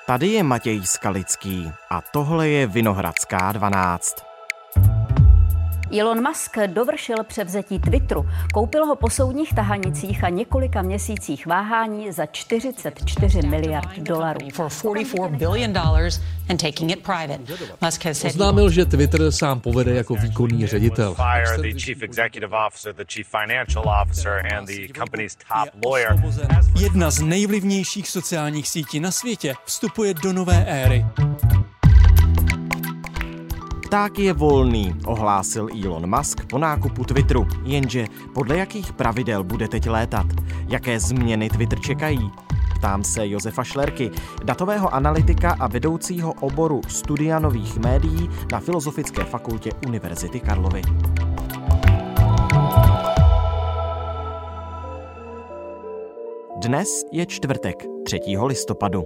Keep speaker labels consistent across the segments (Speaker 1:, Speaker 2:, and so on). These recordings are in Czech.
Speaker 1: Tady je Matěj Skalický a tohle je Vinohradská 12.
Speaker 2: Elon Musk dovršil převzetí Twitteru. Koupil ho po soudních tahanicích a několika měsících váhání za 44 miliard dolarů.
Speaker 3: Oznámil, že Twitter sám povede jako výkonný ředitel.
Speaker 4: Jedna z nejvlivnějších sociálních sítí na světě vstupuje do nové éry.
Speaker 1: Pták je volný, ohlásil Elon Musk po nákupu Twitteru. Jenže podle jakých pravidel bude teď létat? Jaké změny Twitter čekají? Ptám se Josefa Šlerky, datového analytika a vedoucího oboru studia nových médií na Filozofické fakultě Univerzity Karlovy. Dnes je čtvrtek, 3. listopadu.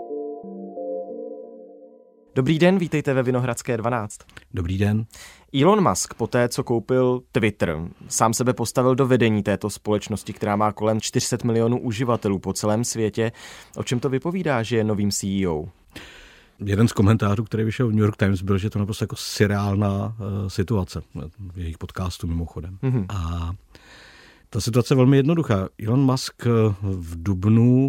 Speaker 1: Dobrý den, vítejte ve Vinohradské 12.
Speaker 3: Dobrý den.
Speaker 1: Elon Musk poté, co koupil Twitter, sám sebe postavil do vedení této společnosti, která má kolem 400 milionů uživatelů po celém světě. O čem to vypovídá, že je novým CEO?
Speaker 3: Jeden z komentářů, který vyšel v New York Times, byl, že to naprosto jako surreálná situace v jejich podcastu mimochodem. Mm-hmm. A ta situace je velmi jednoduchá. Elon Musk v dubnu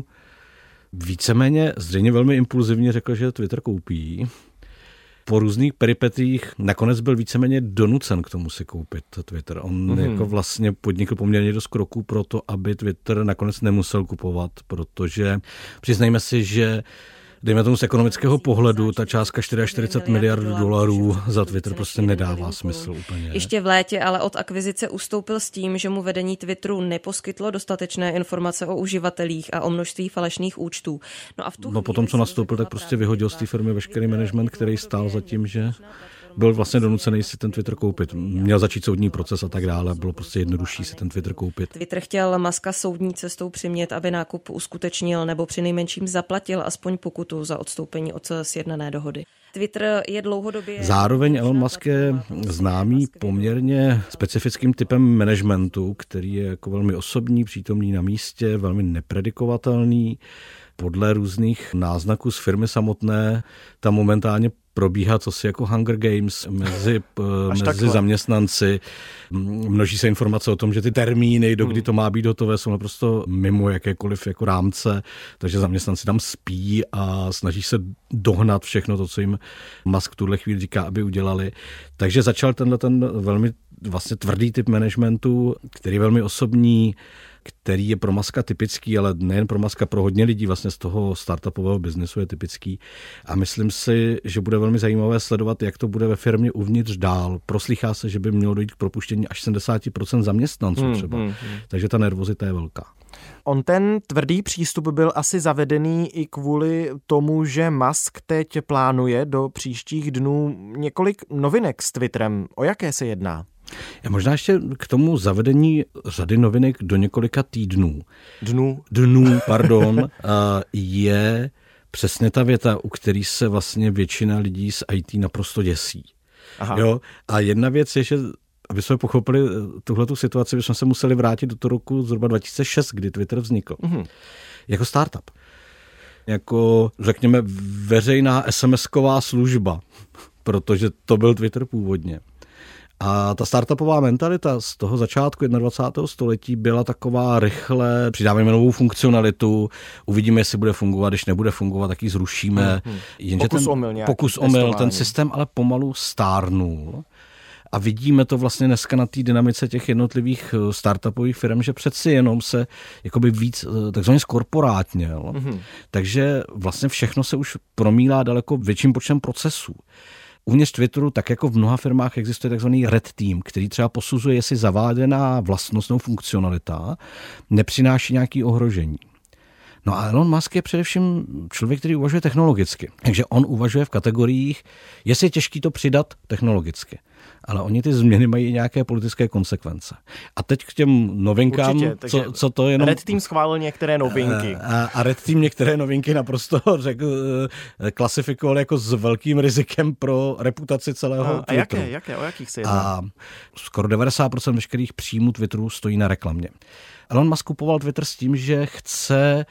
Speaker 3: víceméně zřejmě velmi impulzivně řekl, že Twitter koupí. Po různých peripetích nakonec byl víceméně donucen k tomu si koupit Twitter. On jako vlastně podnikl poměrně dost kroků pro to, aby Twitter nakonec nemusel kupovat, protože přiznejme si, že dejme tomu z ekonomického pohledu, ta částka 44 miliard dolarů za Twitter prostě nedává smysl úplně.
Speaker 5: Ještě v létě ale od akvizice ustoupil s tím, že mu vedení Twitteru neposkytlo dostatečné informace o uživatelích a o množství falešných účtů.
Speaker 3: No potom, co nastoupil, tak prostě vyhodil z té firmy veškerý management, který stál za tím, že byl vlastně donucený si ten Twitter koupit. Měl začít soudní proces a tak dále, bylo prostě jednodušší si ten Twitter koupit.
Speaker 5: Twitter chtěl Muska soudní cestou přimět, aby nákup uskutečnil nebo přinejmenším zaplatil aspoň pokutu za odstoupení od sjednané dohody. Twitter je dlouhodobě...
Speaker 3: Zároveň Elon Musk je známý poměrně specifickým typem managementu, který je jako velmi osobní, přítomný na místě, velmi nepredikovatelný. Podle různých náznaků z firmy samotné tam momentálně probíhá cosi jako Hunger Games mezi zaměstnanci. Množí se informace o tom, že ty termíny, dokdy to má být hotové, jsou naprosto mimo jakékoliv jako rámce, takže zaměstnanci tam spí a snaží se dohnat všechno to, co jim Musk v tuhle chvíli říká, aby udělali. Takže začal ten velmi vlastně tvrdý typ managementu, který je velmi osobní, který je pro Muska typický, ale nejen pro Muska, pro hodně lidí vlastně z toho startupového biznesu je typický. A myslím si, že bude velmi zajímavé sledovat, jak to bude ve firmě uvnitř dál. Proslýchá se, že by mělo dojít k propuštění až 70% zaměstnanců třeba. Takže ta nervozita je velká.
Speaker 1: On ten tvrdý přístup byl asi zavedený i kvůli tomu, že Musk teď plánuje do příštích dnů několik novinek s Twitterem. O jaké se jedná?
Speaker 3: A možná ještě k tomu zavedení řady novinek do několika týdnů. Dnů, je přesně ta věta, u který se vlastně většina lidí z IT naprosto děsí. Jo? A jedna věc je, že aby jsme pochopili tuhletu situaci, bychom se museli vrátit do toho roku zhruba 2006, kdy Twitter vznikl. Jako startup. Jako, řekněme, veřejná SMS-ková služba, protože to byl Twitter původně. A ta startupová mentalita z toho začátku 21. století byla taková rychle, přidáváme novou funkcionalitu, uvidíme, jestli bude fungovat, když nebude fungovat, tak ji zrušíme. Jenže pokus omyl, ten systém ale pomalu stárnul. A vidíme to vlastně dneska na té dynamice těch jednotlivých startupových firm, že přeci jenom se jakoby víc takzvaně zkorporátněl. Takže vlastně všechno se už promílá daleko větším počtem procesů. Uvnitř Twitteru, tak jako v mnoha firmách, existuje takzvaný red team, který třeba posuzuje, jestli zaváděná vlastnost nebo funkcionalita nepřináší nějaké ohrožení. No a Elon Musk je především člověk, který uvažuje technologicky. Takže on uvažuje v kategoriích, jestli je těžký to přidat technologicky. Ale oni ty změny mají nějaké politické konsekvence. A teď k těm novinkám, určitě, co to jenom...
Speaker 1: Red Team schválil některé novinky.
Speaker 3: A Red Team některé novinky naprosto klasifikoval jako s velkým rizikem pro reputaci celého Twitteru.
Speaker 1: A jaké? O jakých se jedná?
Speaker 3: A skoro 90% veškerých příjmů Twitteru stojí na reklamě. Elon Musk kupoval Twitter s tím, že chce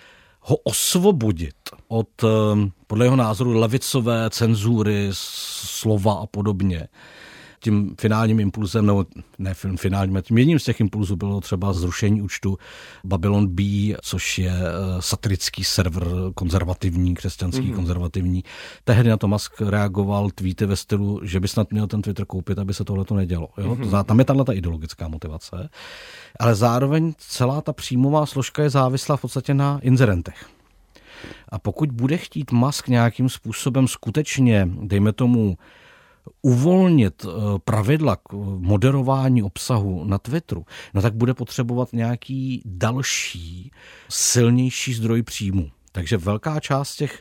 Speaker 3: ho osvobodit od, podle jeho názoru, levicové cenzury, slova a podobně. Tím finálním impulzem, nebo ne finálním, tím jedním z těch impulzů bylo třeba zrušení účtu Babylon B, což je satirický server konzervativní, křesťanský konzervativní. Tehdy na to Musk reagoval tweety ve stylu, že by snad měl ten Twitter koupit, aby se tohleto nedělo. Jo? Tam je tato ideologická motivace, ale zároveň celá ta příjmová složka je závislá v podstatě na inzerentech. A pokud bude chtít Musk nějakým způsobem skutečně, dejme tomu, uvolnit pravidla k moderování obsahu na Twitteru, no tak bude potřebovat nějaký další, silnější zdroj příjmu. Takže velká část těch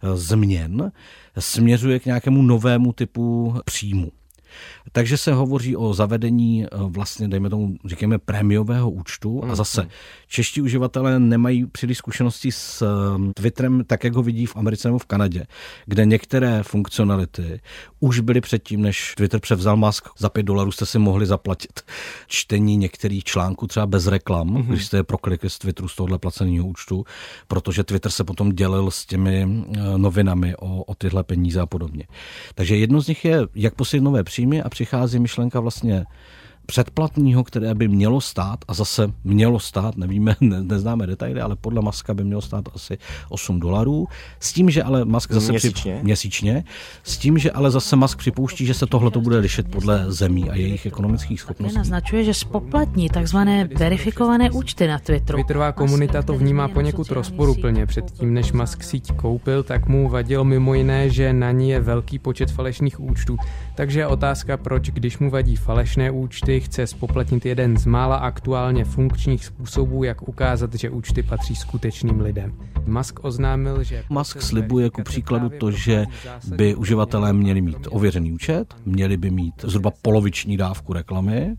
Speaker 3: změn směřuje k nějakému novému typu příjmu. Takže se hovoří o zavedení vlastně, dejme tomu, říkáme, prémiového účtu a zase čeští uživatelé nemají příliš zkušenosti s Twitterem tak, jak ho vidí v Americe nebo v Kanadě, kde některé funkcionality už byly předtím, než Twitter převzal Musk. Za $5 jste si mohli zaplatit čtení některých článků třeba bez reklam, když jste je proklikli z Twitteru z tohohle placeného účtu, protože Twitter se potom dělil s těmi novinami o tyhle peníze a podobně. Takže jedno z nich je, jak posílit nové příjmy, a přichází myšlenka vlastně předplatného, které by mělo stát, a zase mělo stát, nevíme, neznáme detaily, ale podle Muska by mělo stát asi $8, s tím, že ale Musk zase měsíčně, s tím, že ale zase Musk připouští, že se tohle to bude lišit podle zemí a jejich ekonomických schopností.
Speaker 6: Naznačuje, že spoplatní takzvané verifikované účty na Twitteru.
Speaker 7: Twitterová komunita to vnímá poněkud rozporuplně. Předtím, než Musk síť koupil, tak mu vadilo mimo jiné, že na ní je velký počet falešných účtů. Takže je otázka, proč, když mu vadí falešné účty, chce spoplatnit jeden z mála aktuálně funkčních způsobů, jak ukázat, že účty patří skutečným lidem. Musk oznámil, že...
Speaker 3: Musk slibuje ku příkladu to, že by uživatelé měli mít ověřený účet, měli by mít zhruba poloviční dávku reklamy,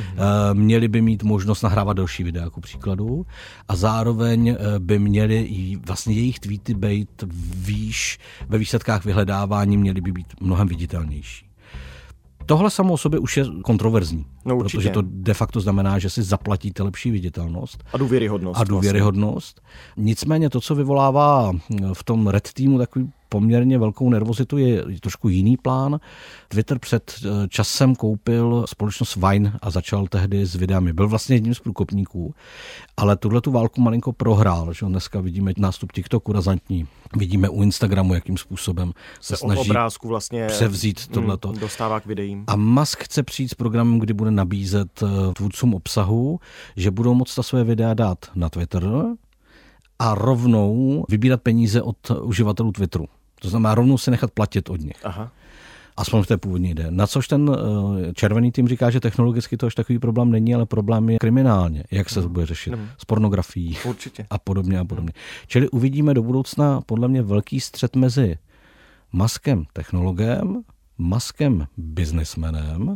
Speaker 3: měli by mít možnost nahrávat další videa ku příkladu a zároveň by měli vlastně jejich tweety být výš, ve výsledkách vyhledávání měly by být mnohem viditelnější. Tohle samo o sobě už je kontroverzní, protože to de facto znamená, že si zaplatíte lepší viditelnost.
Speaker 1: A důvěryhodnost.
Speaker 3: Vlastně. Nicméně to, co vyvolává v tom Red Teamu takový poměrně velkou nervozitu, je trošku jiný plán. Twitter před časem koupil společnost Vine a začal tehdy s videami. Byl vlastně jedním z průkopníků, ale tuhletu válku malinko prohrál. Že? Dneska vidíme nástup TikToku razantní. Vidíme u Instagramu, jakým způsobem se snaží
Speaker 1: obrázku vlastně
Speaker 3: převzít tohleto.
Speaker 1: Dostává k videím.
Speaker 3: A Musk chce přijít s programem, kdy bude nabízet tvůrcům obsahu, že budou moct ta své videa dát na Twitter a rovnou vybírat peníze od uživatelů Twitteru. To znamená rovnou si nechat platit od nich. Aha. Aspoň v té původní jde. Na což ten červený tým říká, že technologicky to až takový problém není, ale problém je kriminálně. Jak se to bude řešit? S pornografií. Určitě. A podobně. Čili uvidíme do budoucna podle mě velký střet mezi Muskem technologem, Muskem businessmanem,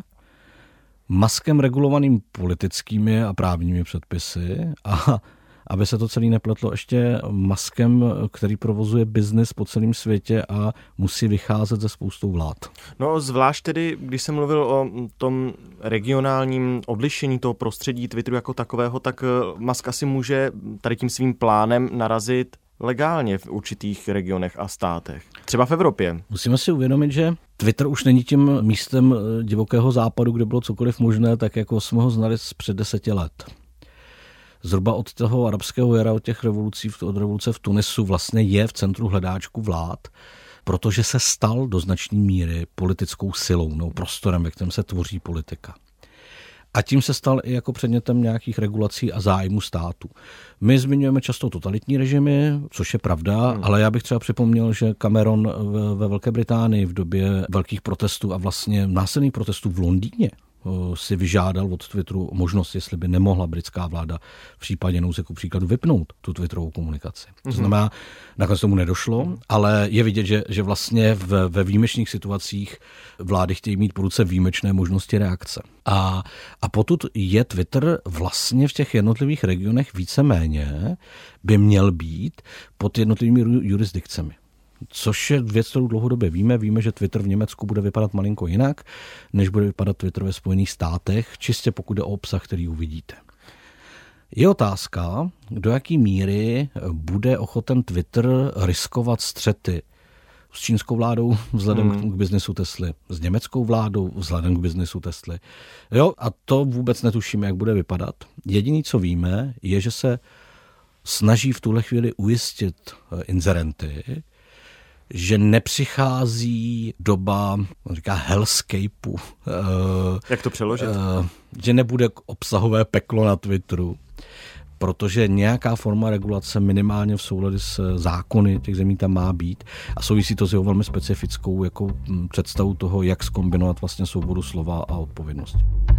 Speaker 3: Muskem regulovaným politickými a právními předpisy a aby se to celé nepletlo ještě Muskem, který provozuje biznis po celém světě a musí vycházet ze spoustou vlád.
Speaker 1: No zvlášť tedy, když jsem mluvil o tom regionálním odlišení toho prostředí Twitteru jako takového, tak Musk asi může tady tím svým plánem narazit legálně v určitých regionech a státech. Třeba v Evropě.
Speaker 3: Musíme si uvědomit, že Twitter už není tím místem divokého západu, kde bylo cokoliv možné, tak jako jsme ho znali před 10 let. Zhruba od toho arabského jara, od těch revolucí, od revoluce v Tunisu vlastně je v centru hledáčku vlád, protože se stal do značné míry politickou silou, no prostorem, ve kterém se tvoří politika. A tím se stal i jako předmětem nějakých regulací a zájmu státu. My zmiňujeme často totalitní režimy, což je pravda, ale já bych třeba připomněl, že Cameron ve Velké Británii v době velkých protestů a vlastně násilných protestů v Londýně si vyžádal od Twitteru možnost, jestli by nemohla britská vláda v případě nouze ku příkladu vypnout tu Twitterovou komunikaci. To znamená, nakonec tomu nedošlo, ale je vidět, že vlastně ve výjimečných situacích vlády chtějí mít po ruce výjimečné možnosti reakce. A potud je Twitter vlastně v těch jednotlivých regionech víceméně by měl být pod jednotlivými jurisdikcemi. Což je věc, kterou dlouhodobě víme. Víme, že Twitter v Německu bude vypadat malinko jinak, než bude vypadat Twitter ve Spojených státech, čistě pokud jde o obsah, který uvidíte. Je otázka, do jaký míry bude ochoten Twitter riskovat střety s čínskou vládou vzhledem k biznesu Tesly, s německou vládou vzhledem k biznesu Tesly. Jo, a to vůbec netušíme, jak bude vypadat. Jediné, co víme, je, že se snaží v tuhle chvíli ujistit inzerenty, že nepřichází doba, on říká hellscapeu.
Speaker 1: Jak to přeložit?
Speaker 3: Že nebude obsahové peklo na Twitteru, protože nějaká forma regulace minimálně v souladu s zákony těch zemí tam má být a souvisí to s jeho velmi specifickou jako představu toho, jak zkombinovat vlastně svobodu slova a odpovědnosti.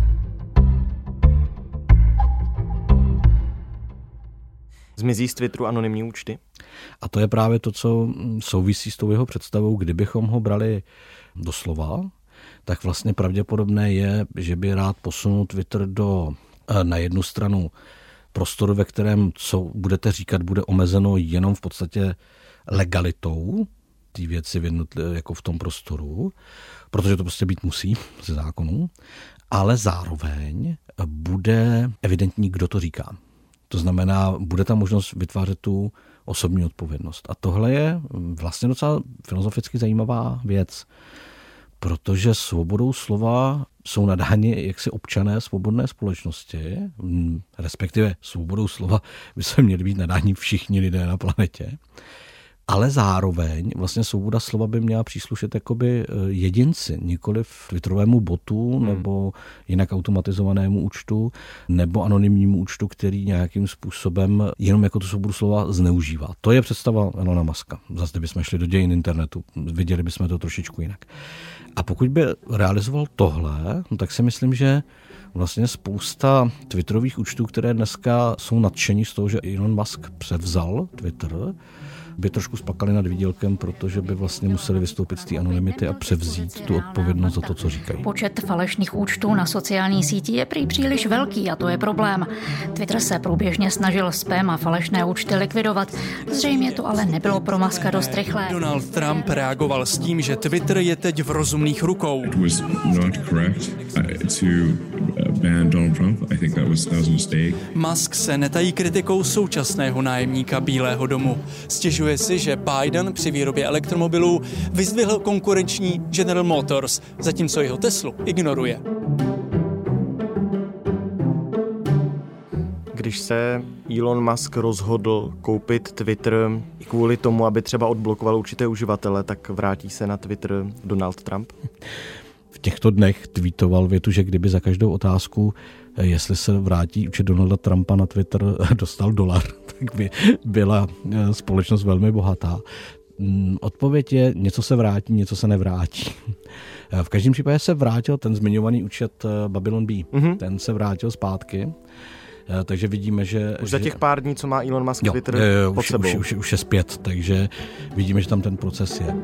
Speaker 1: Zmizí z Twitteru anonymní účty?
Speaker 3: A to je právě to, co souvisí s tou jeho představou. Kdybychom ho brali doslova, tak vlastně pravděpodobné je, že by rád posunul Twitter na jednu stranu prostoru, ve kterém, co budete říkat, bude omezeno jenom v podstatě legalitou té věci jako v tom prostoru, protože to prostě být musí ze zákonu, ale zároveň bude evidentní, kdo to říká. To znamená, bude tam možnost vytvářet tu osobní odpovědnost. A tohle je vlastně docela filozoficky zajímavá věc, protože svobodou slova jsou nadáni jaksi občané svobodné společnosti, respektive svobodou slova by se měli být nadáni všichni lidé na planetě, ale zároveň vlastně svoboda slova by měla příslušet jakoby jedinci, nikoli v twitterovému botu nebo jinak automatizovanému účtu nebo anonymnímu účtu, který nějakým způsobem jenom jako tu svobodu slova zneužívá. To je představa Elona Muska. Zase kdybychom šli do dějin internetu, viděli bychom to trošičku jinak. A pokud by realizoval tohle, tak si myslím, že vlastně spousta twitterových účtů, které dneska jsou nadšení z toho, že Elon Musk převzal Twitter, by trošku spakali nad výdělkem, protože by vlastně museli vystoupit z té anonymity a převzít tu odpovědnost za to, co říkají.
Speaker 6: Počet falešných účtů na sociální síti je prý příliš velký a to je problém. Twitter se průběžně snažil spam a falešné účty likvidovat. Zřejmě to ale nebylo pro Muska dost rychlé.
Speaker 4: Donald Trump reagoval s tím, že Twitter je teď v rozumných rukou. Musk se netají kritikou současného nájemníka Bílého domu. Stěžuje si, že Biden při výrobě elektromobilů vyzdvihl konkurenční General Motors, zatímco jeho Teslu ignoruje.
Speaker 1: Když se Elon Musk rozhodl koupit Twitter kvůli tomu, aby třeba odblokoval určité uživatele, tak vrátí se na Twitter Donald Trump?
Speaker 3: V těchto dnech tweetoval větu, že kdyby za každou otázku, jestli se vrátí účet Donalda Trumpa na Twitter, dostal $1, tak by byla společnost velmi bohatá. Odpověď je, něco se vrátí, něco se nevrátí. V každém případě se vrátil ten zmiňovaný účet Babylon Bee. Ten se vrátil zpátky. Takže vidíme, že...
Speaker 1: Už za těch pár dní, co má Elon Musk Twitter pod sebou.
Speaker 3: Už je zpět, takže vidíme, že tam ten proces je.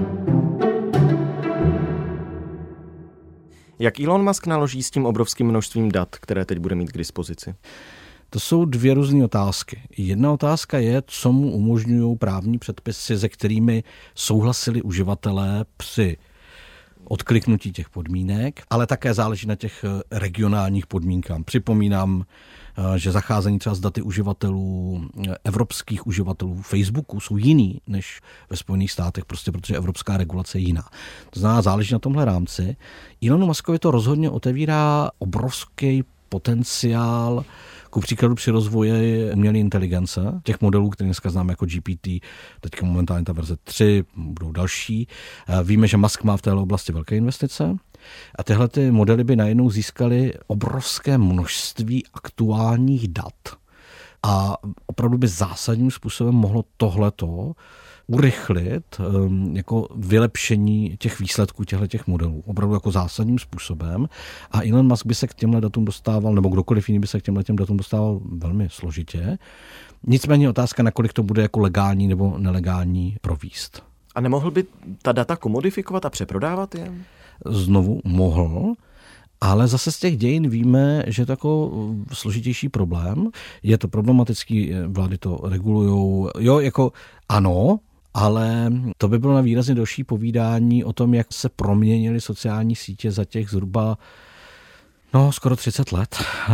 Speaker 1: Jak Elon Musk naloží s tím obrovským množstvím dat, které teď bude mít k dispozici?
Speaker 3: To jsou dvě různé otázky. Jedna otázka je, co mu umožňují právní předpisy, se kterými souhlasili uživatelé při odkliknutí těch podmínek, ale také záleží na těch regionálních podmínkách. Připomínám, že zacházení třeba s daty uživatelů, evropských uživatelů Facebooku jsou jiný než ve Spojených státech, prostě protože evropská regulace je jiná. To znamená, záleží na tomhle rámci. Elonu Muskovi to rozhodně otevírá obrovský potenciál, ku příkladu při rozvoji umělé inteligence, těch modelů, které dneska známe jako GPT, teďka momentálně ta verze 3, budou další. Víme, že Musk má v této oblasti velké investice a tyhle ty modely by najednou získaly obrovské množství aktuálních dat a opravdu by zásadním způsobem mohlo tohleto urychlit jako vylepšení těch výsledků těch modelů. Opravdu jako zásadním způsobem. A Elon Musk by se k těmhle datům dostával, nebo kdokoliv jiný by se k těmhle datům dostával velmi složitě. Nicméně otázka, nakolik to bude jako legální nebo nelegální provést.
Speaker 1: A nemohl by ta data komodifikovat a přeprodávat je?
Speaker 3: Znovu mohl, ale zase z těch dějin víme, že je to jako složitější problém. Je to problematický, vlády to regulujou. Jo, jako ano, ale to by bylo na výrazně další povídání o tom, jak se proměnily sociální sítě za těch zhruba No, skoro 30 let.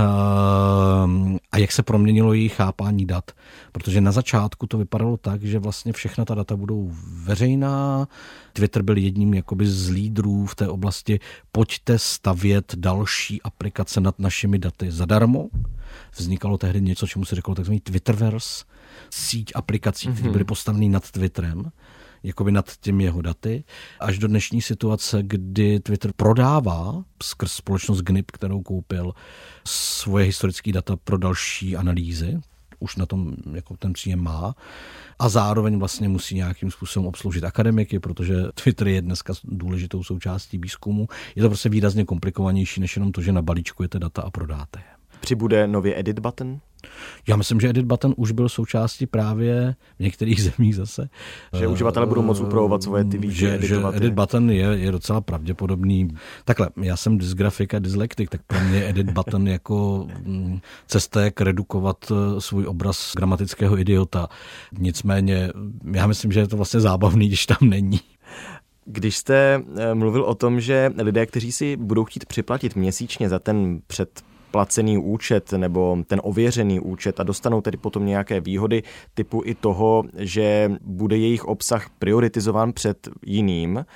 Speaker 3: A jak se proměnilo její chápání dat? Protože na začátku to vypadalo tak, že vlastně všechna ta data budou veřejná. Twitter byl jedním jakoby z lídrů v té oblasti. Pojďte stavět další aplikace nad našimi daty zadarmo. Vznikalo tehdy něco, čemu se řeklo takzvaný Twitterverse, síť aplikací, které byly postavené nad Twitterem, jakoby nad těmi jeho daty, až do dnešní situace, kdy Twitter prodává skrz společnost GNIP, kterou koupil, svoje historické data pro další analýzy. Už na tom jako ten příjem má. A zároveň vlastně musí nějakým způsobem obsloužit akademiky, protože Twitter je dneska důležitou součástí výzkumu. Je to prostě výrazně komplikovanější, než jenom to, že nabalíčkujete data a prodáte je.
Speaker 1: Přibude nově edit button?
Speaker 3: Já myslím, že edit button už byl součástí právě v některých zemích zase.
Speaker 1: Že uživatelé budou moct upravovat svoje ty výčty.
Speaker 3: Že edit button je docela pravděpodobný. Takhle, já jsem dysgrafik a dyslektik, tak pro mě edit button jako cesta, jak redukovat svůj obraz gramatického idiota. Nicméně, já myslím, že je to vlastně zábavný, když tam není.
Speaker 1: Když jste mluvil o tom, že lidé, kteří si budou chtít připlatit měsíčně za ten předplacený účet nebo ten ověřený účet a dostanou tedy potom nějaké výhody typu i toho, že bude jejich obsah prioritizován před jiným,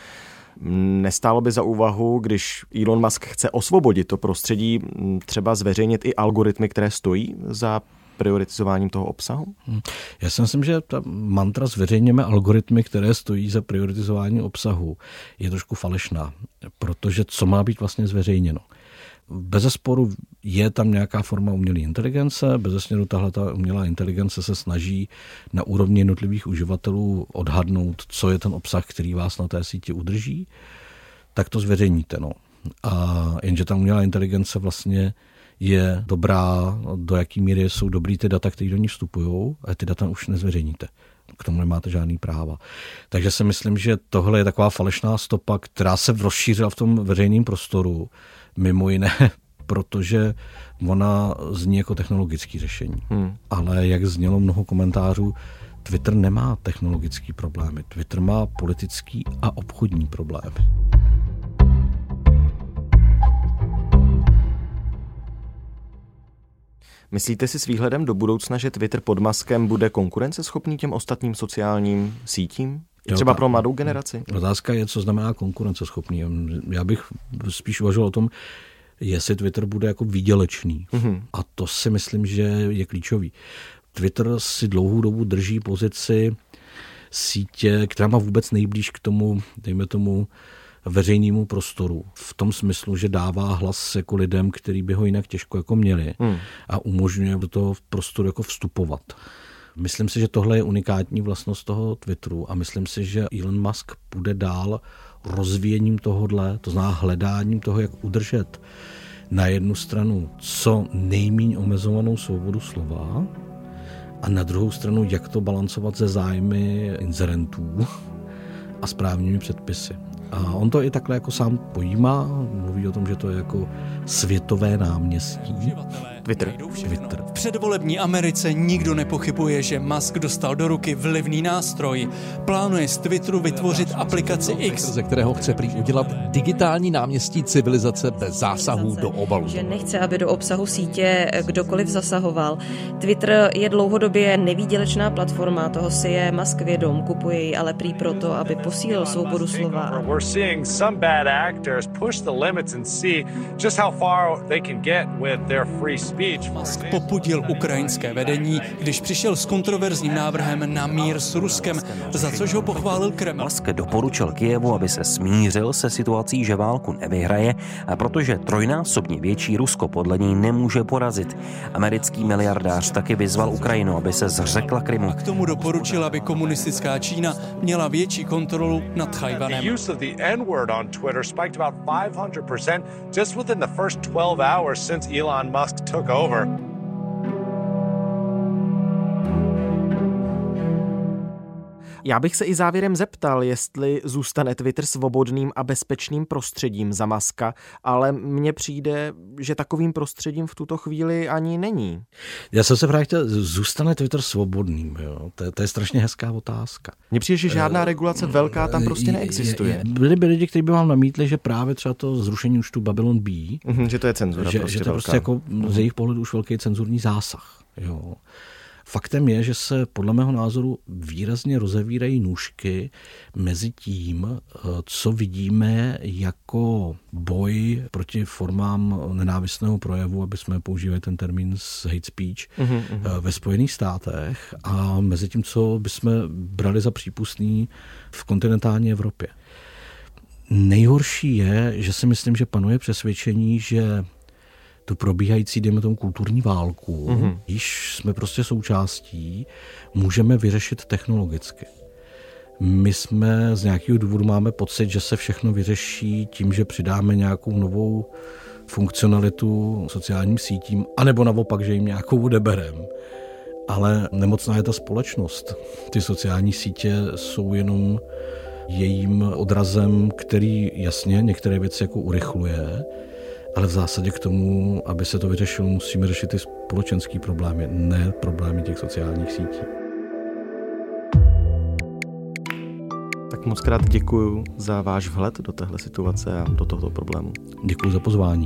Speaker 1: nestálo by za úvahu, když Elon Musk chce osvobodit to prostředí, třeba zveřejnit i algoritmy, které stojí za prioritizováním toho obsahu?
Speaker 3: Já si myslím, že ta mantra zveřejněme algoritmy, které stojí za prioritizování obsahu, je trošku falešná, protože co má být vlastně zveřejněno? Bezesporu je tam nějaká forma umělé inteligence, bezesporu tahle ta umělá inteligence se snaží na úrovni jednotlivých uživatelů odhadnout, co je ten obsah, který vás na té síti udrží, tak to zveřejníte. No. A jenže ta umělá inteligence vlastně je dobrá, do jaký míry jsou dobrý ty data, které do ní vstupují, a ty data už nezveřejníte. K tomu nemáte žádný práva. Takže si myslím, že tohle je taková falešná stopa, která se rozšířila v tom veřejném prostoru, mimo jiné, protože ona zní jako technologické řešení. Ale jak znělo mnoho komentářů, Twitter nemá technologické problémy. Twitter má politický a obchodní problémy.
Speaker 1: Myslíte si s výhledem do budoucna, že Twitter pod Muskem bude konkurenceschopný těm ostatním sociálním sítím? I třeba pro mladou generaci?
Speaker 3: Otázka je, co znamená konkurenceschopný. Já bych spíš uvažoval o tom, jestli Twitter bude jako výdělečný. A to si myslím, že je klíčový. Twitter si dlouhou dobu drží pozici sítě, která má vůbec nejblíž k tomu, dejme tomu, veřejnému prostoru. V tom smyslu, že dává hlas jako lidem, který by ho jinak těžko jako měli a umožňuje do toho prostoru jako vstupovat. Myslím si, že tohle je unikátní vlastnost toho Twitteru a myslím si, že Elon Musk půjde dál rozvíjením tohodle, to znamená hledáním toho, jak udržet na jednu stranu co nejméně omezovanou svobodu slova a na druhou stranu, jak to balancovat se zájmy inzerentů a správními předpisy. A on to i takhle jako sám pojímá, mluví o tom, že to je jako světové náměstí.
Speaker 1: Twitter.
Speaker 4: V předvolební Americe nikdo nepochybuje, že Musk dostal do ruky vlivný nástroj. Plánuje z Twitteru vytvořit aplikaci X,
Speaker 8: ze kterého chce prý udělat digitální náměstí civilizace bez zásahů do obalu.
Speaker 5: Že nechce, aby do obsahu sítě kdokoliv zasahoval. Twitter je dlouhodobě nevýdělečná platforma, toho si je Musk vědom, kupuje ji ale prý proto, aby posílil svobodu slova.
Speaker 9: We're seeing some bad actors push the limits and see just how far they can get with their free speech.
Speaker 4: Musk popudil ukrajinské vedení, když přišel s kontroverzním návrhem na mír s Ruskem, za což ho pochválil Kreml.
Speaker 10: Musk doporučil Kyjevu, aby se smířil se situací, že válku nevyhraje, protože trojnásobně větší Rusko podle něj nemůže porazit. Americký miliardář taky vyzval Ukrajinu, aby se zřekla Krymu.
Speaker 4: A k tomu doporučil, aby komunistická Čína měla větší kontrolu nad Tchaj-wanem.
Speaker 9: The use of the N-word on Twitter spiked about 500% just within the first 12 hours since Elon Musk took over.
Speaker 1: Já bych se i závěrem zeptal, jestli zůstane Twitter svobodným a bezpečným prostředím za Muska, ale mně přijde, že takovým prostředím v tuto chvíli ani není.
Speaker 3: Já jsem se právě chtěl, zůstane Twitter svobodným, jo? To je strašně hezká otázka.
Speaker 1: Mně přijde, že žádná regulace velká tam prostě neexistuje.
Speaker 3: Byli by lidi, kteří by vám namítli, že právě třeba to zrušení účtu Babylon B,
Speaker 1: že to je cenzura,
Speaker 3: že to prostě jako z jejich pohledu už velký cenzurní zásah. Jo. Faktem je, že se podle mého názoru výrazně rozevírají nůžky mezi tím, co vidíme jako boj proti formám nenávistného projevu, aby jsme používali ten termín z hate speech ve Spojených státech, a mezi tím, co bychom brali za přípustný v kontinentální Evropě. Nejhorší je, že si myslím, že panuje přesvědčení, že tu probíhající, dejme tomu, kulturní válku, již jsme prostě součástí, můžeme vyřešit technologicky. My jsme z nějakého důvodu máme pocit, že se všechno vyřeší tím, že přidáme nějakou novou funkcionalitu sociálním sítím, anebo naopak, že jim nějakou odeberem. Ale nemocná je ta společnost. Ty sociální sítě jsou jenom jejím odrazem, který jasně některé věci jako urychluje, ale v zásadě k tomu, aby se to vyřešilo, musíme řešit ty společenský problémy, ne problémy těch sociálních sítí.
Speaker 1: Tak moc krát děkuju za váš vhled do téhle situace a do tohoto problému.
Speaker 3: Děkuju za pozvání.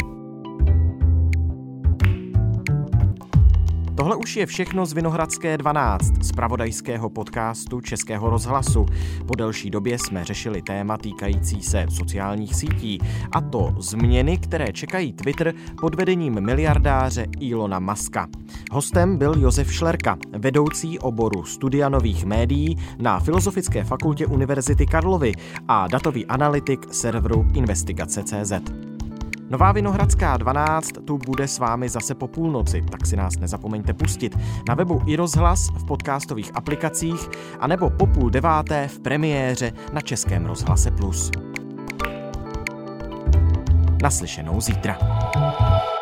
Speaker 1: Tohle už je všechno z Vinohradské 12, zpravodajského podcastu Českého rozhlasu. Po delší době jsme řešili téma týkající se sociálních sítí, a to změny, které čekají Twitter pod vedením miliardáře Elona Muska. Hostem byl Josef Šlerka, vedoucí oboru studia nových médií na Filozofické fakultě Univerzity Karlovy a datový analytik serveru Investigace.cz. Nová Vinohradská 12 tu bude s vámi zase po půlnoci, tak si nás nezapomeňte pustit na webu iRozhlas, v podcastových aplikacích a nebo po 8:30 v premiéře na Českém rozhlase Plus. Naslyšenou zítra.